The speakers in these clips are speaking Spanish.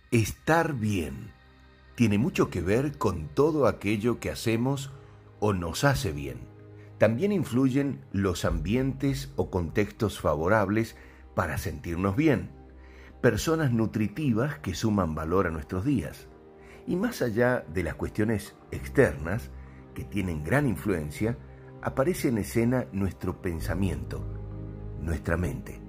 Estar bien tiene mucho que ver con todo aquello que hacemos o nos hace bien. También influyen los ambientes o contextos favorables para sentirnos bien, personas nutritivas que suman valor a nuestros días. Y más allá de las cuestiones externas, que tienen gran influencia, aparece en escena nuestro pensamiento, nuestra mente.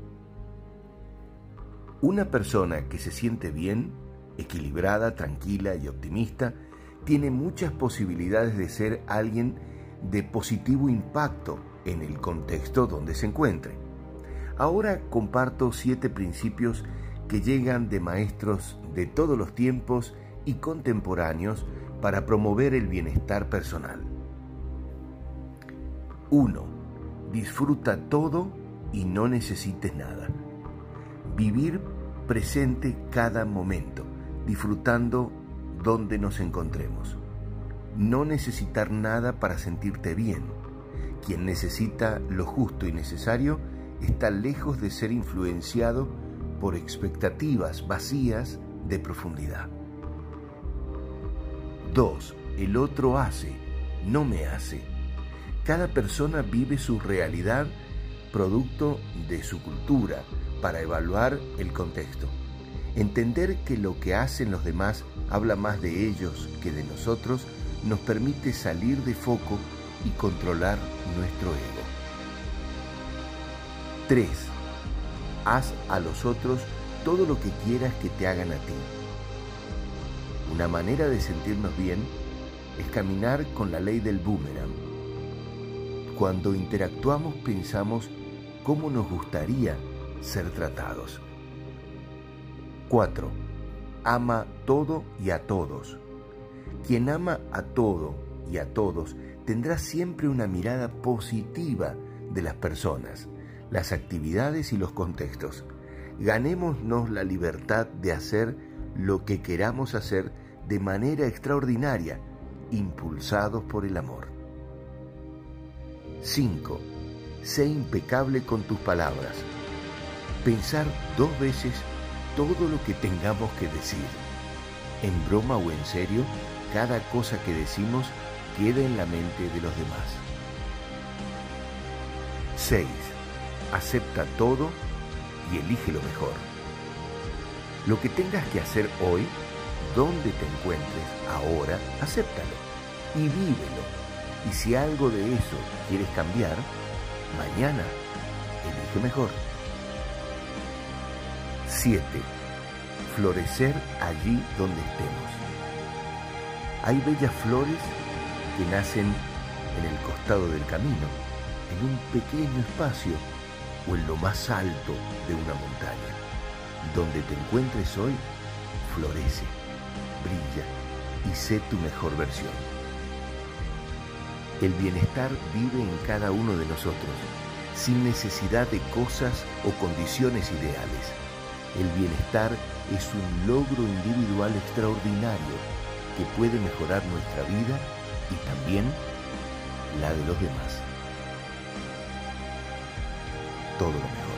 Una persona que se siente bien, equilibrada, tranquila y optimista, tiene muchas posibilidades de ser alguien de positivo impacto en el contexto donde se encuentre. Ahora comparto 7 principios que llegan de maestros de todos los tiempos y contemporáneos para promover el bienestar personal. 1. Disfruta todo y no necesites nada. Vivir presente cada momento, disfrutando donde nos encontremos. No necesitar nada para sentirte bien. Quien necesita lo justo y necesario está lejos de ser influenciado por expectativas vacías de profundidad. 2. El otro hace, no me hace. Cada persona vive su realidad producto de su cultura para evaluar el contexto. Entender que lo que hacen los demás habla más de ellos que de nosotros nos permite salir de foco y controlar nuestro ego. 3. Haz a los otros todo lo que quieras que te hagan a ti. Una manera de sentirnos bien es caminar con la ley del boomerang. Cuando interactuamos pensamos cómo nos gustaría ser tratados. 4. Ama todo y a todos. Quien ama a todo y a todos tendrá siempre una mirada positiva de las personas, las actividades y los contextos. Ganémonos la libertad de hacer lo que queramos hacer de manera extraordinaria, impulsados por el amor. 5. Sé impecable con tus palabras. Pensar 2 veces todo lo que tengamos que decir. En broma o en serio, cada cosa que decimos queda en la mente de los demás. 6. Acepta todo y elige lo mejor. Lo que tengas que hacer hoy, donde te encuentres ahora, acéptalo y vívelo. Y si algo de eso quieres cambiar, mañana elige mejor. 7. Florecer allí donde estemos. Hay bellas flores que nacen en el costado del camino, en un pequeño espacio o en lo más alto de una montaña. Donde te encuentres hoy, florece, brilla y sé tu mejor versión. El bienestar vive en cada uno de nosotros, sin necesidad de cosas o condiciones ideales. El bienestar es un logro individual extraordinario que puede mejorar nuestra vida y también la de los demás. Todo lo mejor.